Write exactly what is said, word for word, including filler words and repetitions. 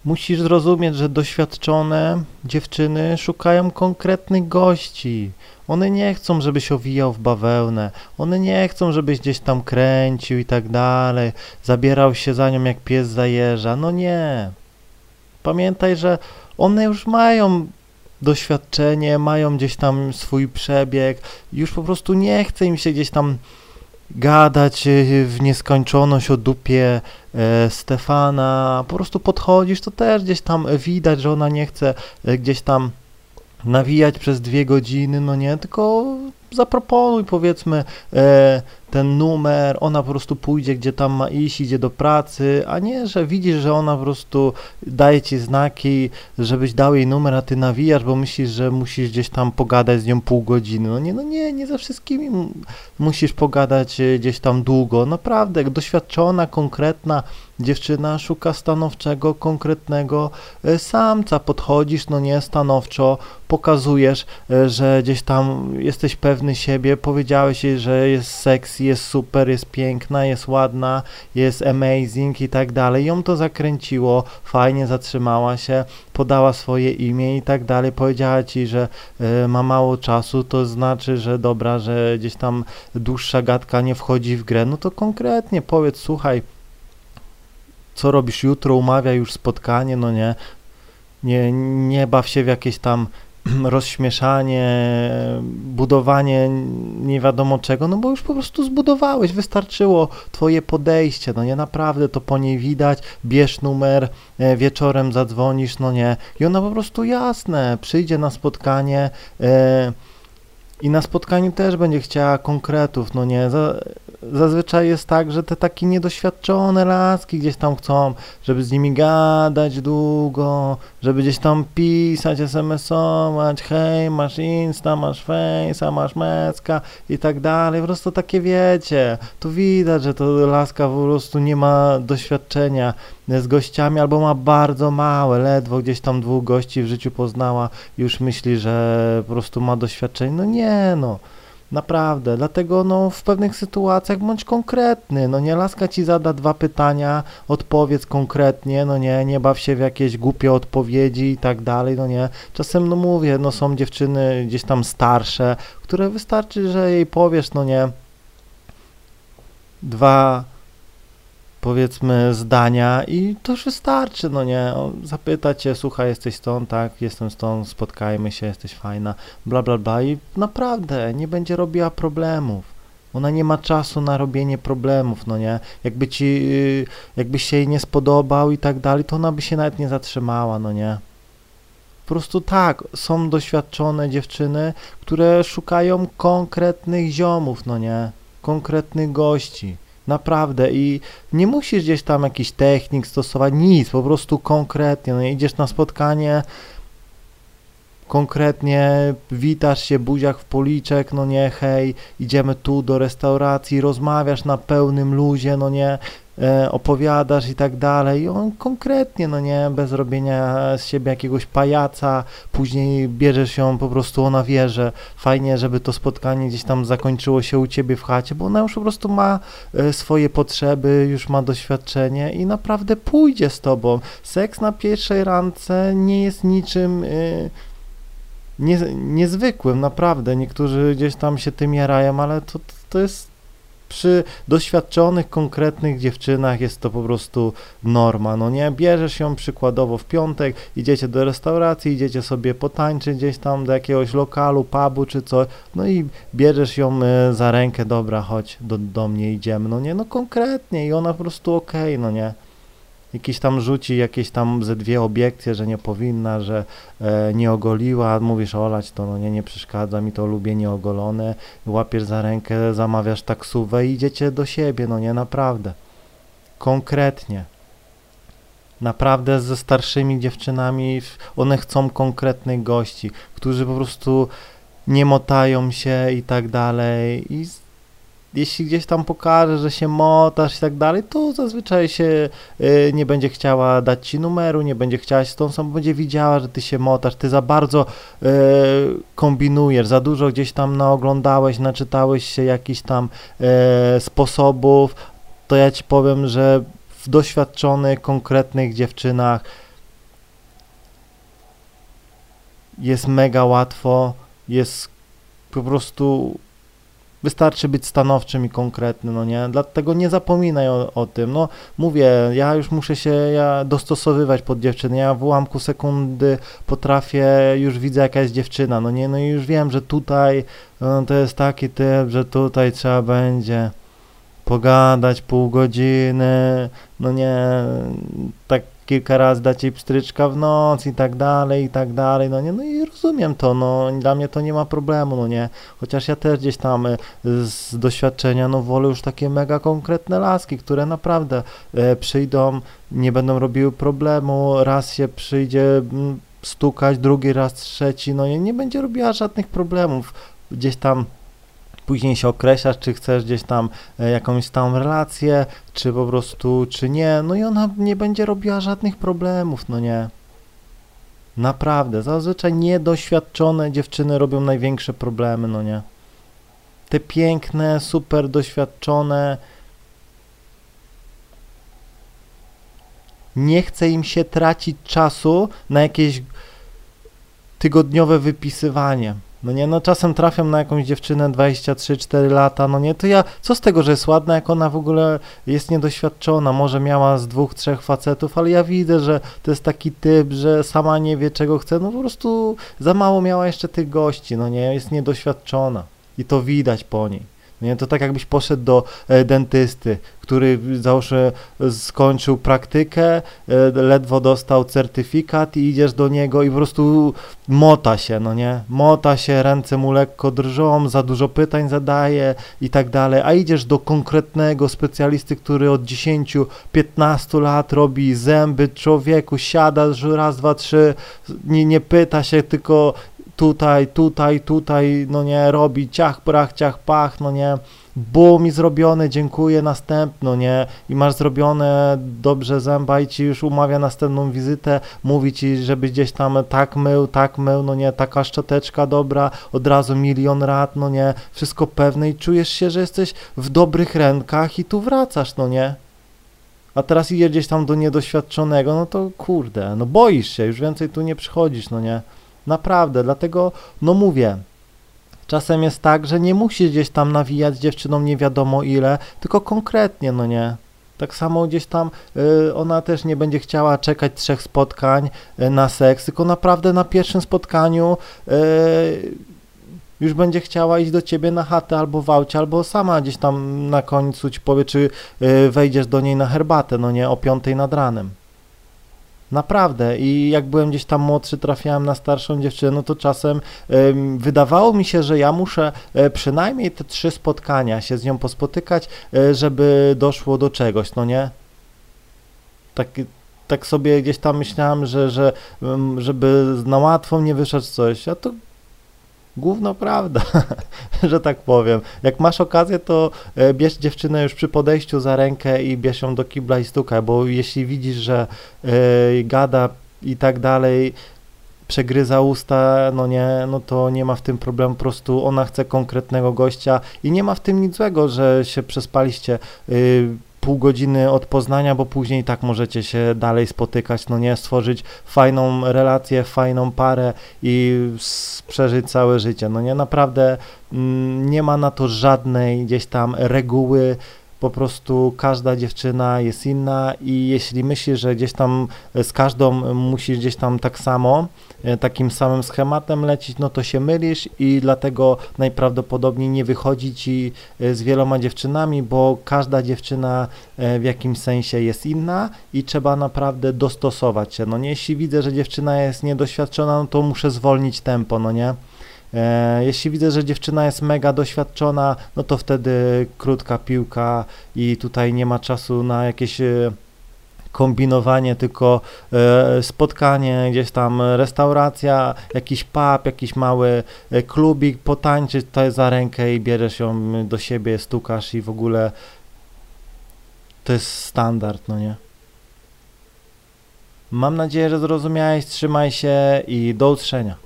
Musisz zrozumieć, że doświadczone dziewczyny szukają konkretnych gości. One nie chcą, żebyś owijał w bawełnę. One nie chcą, żebyś gdzieś tam kręcił i tak dalej. Zabierał się za nią jak pies za jeża. No nie. Pamiętaj, że one już mają doświadczenie, mają gdzieś tam swój przebieg. Już po prostu nie chce im się gdzieś tam gadać w nieskończoność o dupie e, Stefana. Po prostu podchodzisz, to też gdzieś tam widać, że ona nie chce e, gdzieś tam nawijać przez dwie godziny, no nie, tylko zaproponuj, powiedzmy, e, ten numer, ona po prostu pójdzie, gdzie tam ma iść, idzie do pracy, a nie, że widzisz, że ona po prostu daje ci znaki, żebyś dał jej numer, a ty nawijasz, bo myślisz, że musisz gdzieś tam pogadać z nią pół godziny. No nie, no nie, nie ze wszystkimi m- musisz pogadać e, gdzieś tam długo. Naprawdę, doświadczona, konkretna dziewczyna szuka stanowczego, konkretnego e, samca. Podchodzisz, no nie, stanowczo, pokazujesz, e, że gdzieś tam jesteś pewny siebie, powiedziałeś jej, że jest sexy, jest super, jest piękna, jest ładna, jest amazing i tak dalej. Ją to zakręciło, fajnie zatrzymała się, podała swoje imię i tak dalej. Powiedziała ci, że e, ma mało czasu, to znaczy, że dobra, że gdzieś tam dłuższa gadka nie wchodzi w grę. No to konkretnie powiedz, słuchaj, co robisz jutro, umawiaj już spotkanie, no nie, nie, nie baw się w jakieś tam rozśmieszanie, budowanie nie wiadomo czego, no bo już po prostu zbudowałeś, wystarczyło twoje podejście, no nie, naprawdę to po niej widać, bierz numer, e, wieczorem zadzwonisz, no nie, i ona po prostu jasne, przyjdzie na spotkanie e, i na spotkaniu też będzie chciała konkretów, no nie, Za, zazwyczaj jest tak, że te takie niedoświadczone laski gdzieś tam chcą, żeby z nimi gadać długo, żeby gdzieś tam pisać, es em esować, hej, masz Insta, masz Face'a, masz Mecka i tak dalej, po prostu takie wiecie, to widać, że to laska po prostu nie ma doświadczenia z gościami, albo ma bardzo małe, ledwo gdzieś tam dwóch gości w życiu poznała, już myśli, że po prostu ma doświadczenie, no nie no. Naprawdę, dlatego no w pewnych sytuacjach bądź konkretny, no nie, laska ci zada dwa pytania, odpowiedz konkretnie, no nie, nie baw się w jakieś głupie odpowiedzi i tak dalej, no nie, czasem no mówię, no są dziewczyny gdzieś tam starsze, które wystarczy, że jej powiesz, no nie, dwa powiedzmy zdania i to już wystarczy, no nie, on zapyta cię, słuchaj, jesteś stąd, tak, jestem stąd, spotkajmy się, jesteś fajna, bla bla bla i naprawdę nie będzie robiła problemów. Ona nie ma czasu na robienie problemów, no nie, jakby ci, jakbyś się jej nie spodobał i tak dalej, to ona by się nawet nie zatrzymała, no nie. Po prostu tak, są doświadczone dziewczyny, które szukają konkretnych ziomów, no nie, konkretnych gości. Naprawdę i nie musisz gdzieś tam jakiś technik stosować, nic, po prostu konkretnie, no idziesz na spotkanie, konkretnie witasz się, buziak w policzek, no nie, hej, idziemy tu do restauracji, rozmawiasz na pełnym luzie, no nie, e, opowiadasz i tak dalej, i on konkretnie, no nie, bez robienia z siebie jakiegoś pajaca, później bierzesz ją, po prostu ona wie, że fajnie, żeby to spotkanie gdzieś tam zakończyło się u ciebie w chacie, bo ona już po prostu ma e, swoje potrzeby, już ma doświadczenie i naprawdę pójdzie z tobą. Seks na pierwszej randce nie jest niczym e, nie, niezwykłym, naprawdę, niektórzy gdzieś tam się tym jarają, ale to, to jest przy doświadczonych, konkretnych dziewczynach jest to po prostu norma, no nie, bierzesz ją przykładowo w piątek, idziecie do restauracji, idziecie sobie potańczyć gdzieś tam do jakiegoś lokalu, pubu czy coś, no i bierzesz ją y, za rękę, dobra, chodź, do, do mnie idziemy, no nie, no konkretnie i ona po prostu okej, okay, no nie. Jakiś tam rzuci jakieś tam ze dwie obiekcje, że nie powinna, że e, nie ogoliła, mówisz olać to, no nie, nie przeszkadza mi to, lubię nieogolone, łapiesz za rękę, zamawiasz taksówę i idziecie do siebie, no nie, naprawdę, konkretnie, naprawdę ze starszymi dziewczynami, one chcą konkretnych gości, którzy po prostu nie motają się i tak dalej i jeśli gdzieś tam pokaże, że się motasz i tak dalej, to zazwyczaj się y, nie będzie chciała dać ci numeru, nie będzie chciała się z tą samą, będzie widziała, że ty się motasz, ty za bardzo y, kombinujesz, za dużo gdzieś tam naoglądałeś, naczytałeś się jakichś tam y, sposobów, to ja ci powiem, że w doświadczonych, konkretnych dziewczynach jest mega łatwo, jest po prostu, wystarczy być stanowczym i konkretnym, no nie? Dlatego nie zapominaj o, o tym, no mówię, ja już muszę się ja dostosowywać pod dziewczyny, ja w ułamku sekundy potrafię, już widzę jaka jest dziewczyna, no nie? No i już wiem, że tutaj no, to jest taki typ, że tutaj trzeba będzie pogadać pół godziny, no nie, tak kilka razy dać jej pstryczka w noc i tak dalej, i tak dalej, no nie, no i rozumiem to, no dla mnie to nie ma problemu, no nie, chociaż ja też gdzieś tam y, z doświadczenia, no wolę już takie mega konkretne laski, które naprawdę e, przyjdą, nie będą robiły problemu, raz się przyjdzie m, stukać, drugi raz trzeci, no nie, nie będzie robiła żadnych problemów, gdzieś tam później się określasz, czy chcesz gdzieś tam e, jakąś stałą relację, czy po prostu, czy nie, no i ona nie będzie robiła żadnych problemów, no nie. Naprawdę, zazwyczaj niedoświadczone dziewczyny robią największe problemy, no nie. Te piękne, super doświadczone, nie chce im się tracić czasu na jakieś tygodniowe wypisywanie. No nie, no czasem trafiam na jakąś dziewczynę dwadzieścia trzy cztery lata, no nie, to ja, co z tego, że jest ładna, jak ona w ogóle jest niedoświadczona, może miała z dwóch, trzech facetów, ale ja widzę, że to jest taki typ, że sama nie wie, czego chce, no po prostu za mało miała jeszcze tych gości, no nie, jest niedoświadczona i to widać po niej. Nie, to tak jakbyś poszedł do e, dentysty, który załóżmy skończył praktykę, e, ledwo dostał certyfikat i idziesz do niego i po prostu mota się, no nie, mota się, ręce mu lekko drżą, za dużo pytań zadaje i tak dalej, a idziesz do konkretnego specjalisty, który od dziesięciu piętnastu lat robi zęby człowieku, siada raz, dwa, trzy, nie, nie pyta się, tylko tutaj, tutaj, tutaj, no nie, robi ciach, prach, ciach, pach, no nie, bum i zrobione, dziękuję, następno, nie, i masz zrobione dobrze zęba i ci już umawia następną wizytę, mówi ci, żebyś gdzieś tam tak mył, tak mył, no nie, taka szczoteczka dobra, od razu milion rad, no nie, wszystko pewne i czujesz się, że jesteś w dobrych rękach i tu wracasz, no nie. A teraz idziesz gdzieś tam do niedoświadczonego, no to kurde, no boisz się, już więcej tu nie przychodzisz, no nie. Naprawdę, dlatego, no mówię, czasem jest tak, że nie musisz gdzieś tam nawijać dziewczyną nie wiadomo ile, tylko konkretnie, no nie. Tak samo gdzieś tam y, ona też nie będzie chciała czekać trzech spotkań y, na seks, tylko naprawdę na pierwszym spotkaniu y, już będzie chciała iść do ciebie na chatę albo w aucie, albo sama gdzieś tam na końcu ci powie, czy y, wejdziesz do niej na herbatę, no nie, o piątej nad ranem. Naprawdę i jak byłem gdzieś tam młodszy, trafiałem na starszą dziewczynę, no to czasem y, wydawało mi się, że ja muszę y, przynajmniej te trzy spotkania się z nią pospotykać, y, żeby doszło do czegoś, no nie? Tak, tak sobie gdzieś tam myślałem, że, że y, żeby na łatwo nie wyszedł coś, a to gówno prawda, że tak powiem. Jak masz okazję, to e, bierz dziewczynę już przy podejściu za rękę i bierz ją do kibla i stukaj, bo jeśli widzisz, że e, gada i tak dalej, przegryza usta, no nie, no to nie ma w tym problemu, po prostu ona chce konkretnego gościa i nie ma w tym nic złego, że się przespaliście y, pół godziny od poznania, bo później tak możecie się dalej spotykać, no nie, stworzyć fajną relację, fajną parę i s- przeżyć całe życie, no nie, naprawdę mm, nie ma na to żadnej gdzieś tam reguły, po prostu każda dziewczyna jest inna i jeśli myślisz, że gdzieś tam z każdą musisz gdzieś tam tak samo, e, takim samym schematem lecieć, no to się mylisz i dlatego najprawdopodobniej nie wychodzi ci e, z wieloma dziewczynami, bo każda dziewczyna e, w jakimś sensie jest inna i trzeba naprawdę dostosować się, no nie, jeśli widzę, że dziewczyna jest niedoświadczona, no to muszę zwolnić tempo, no nie. E, jeśli widzę, że dziewczyna jest mega doświadczona, no to wtedy krótka piłka i tutaj nie ma czasu na jakieś e, kombinowanie, tylko e, spotkanie, gdzieś tam restauracja, jakiś pub, jakiś mały e, klubik, potańczyć tutaj za rękę i bierzesz ją do siebie, stukasz i w ogóle to jest standard, no nie? Mam nadzieję, że zrozumiałeś, trzymaj się i do usłyszenia.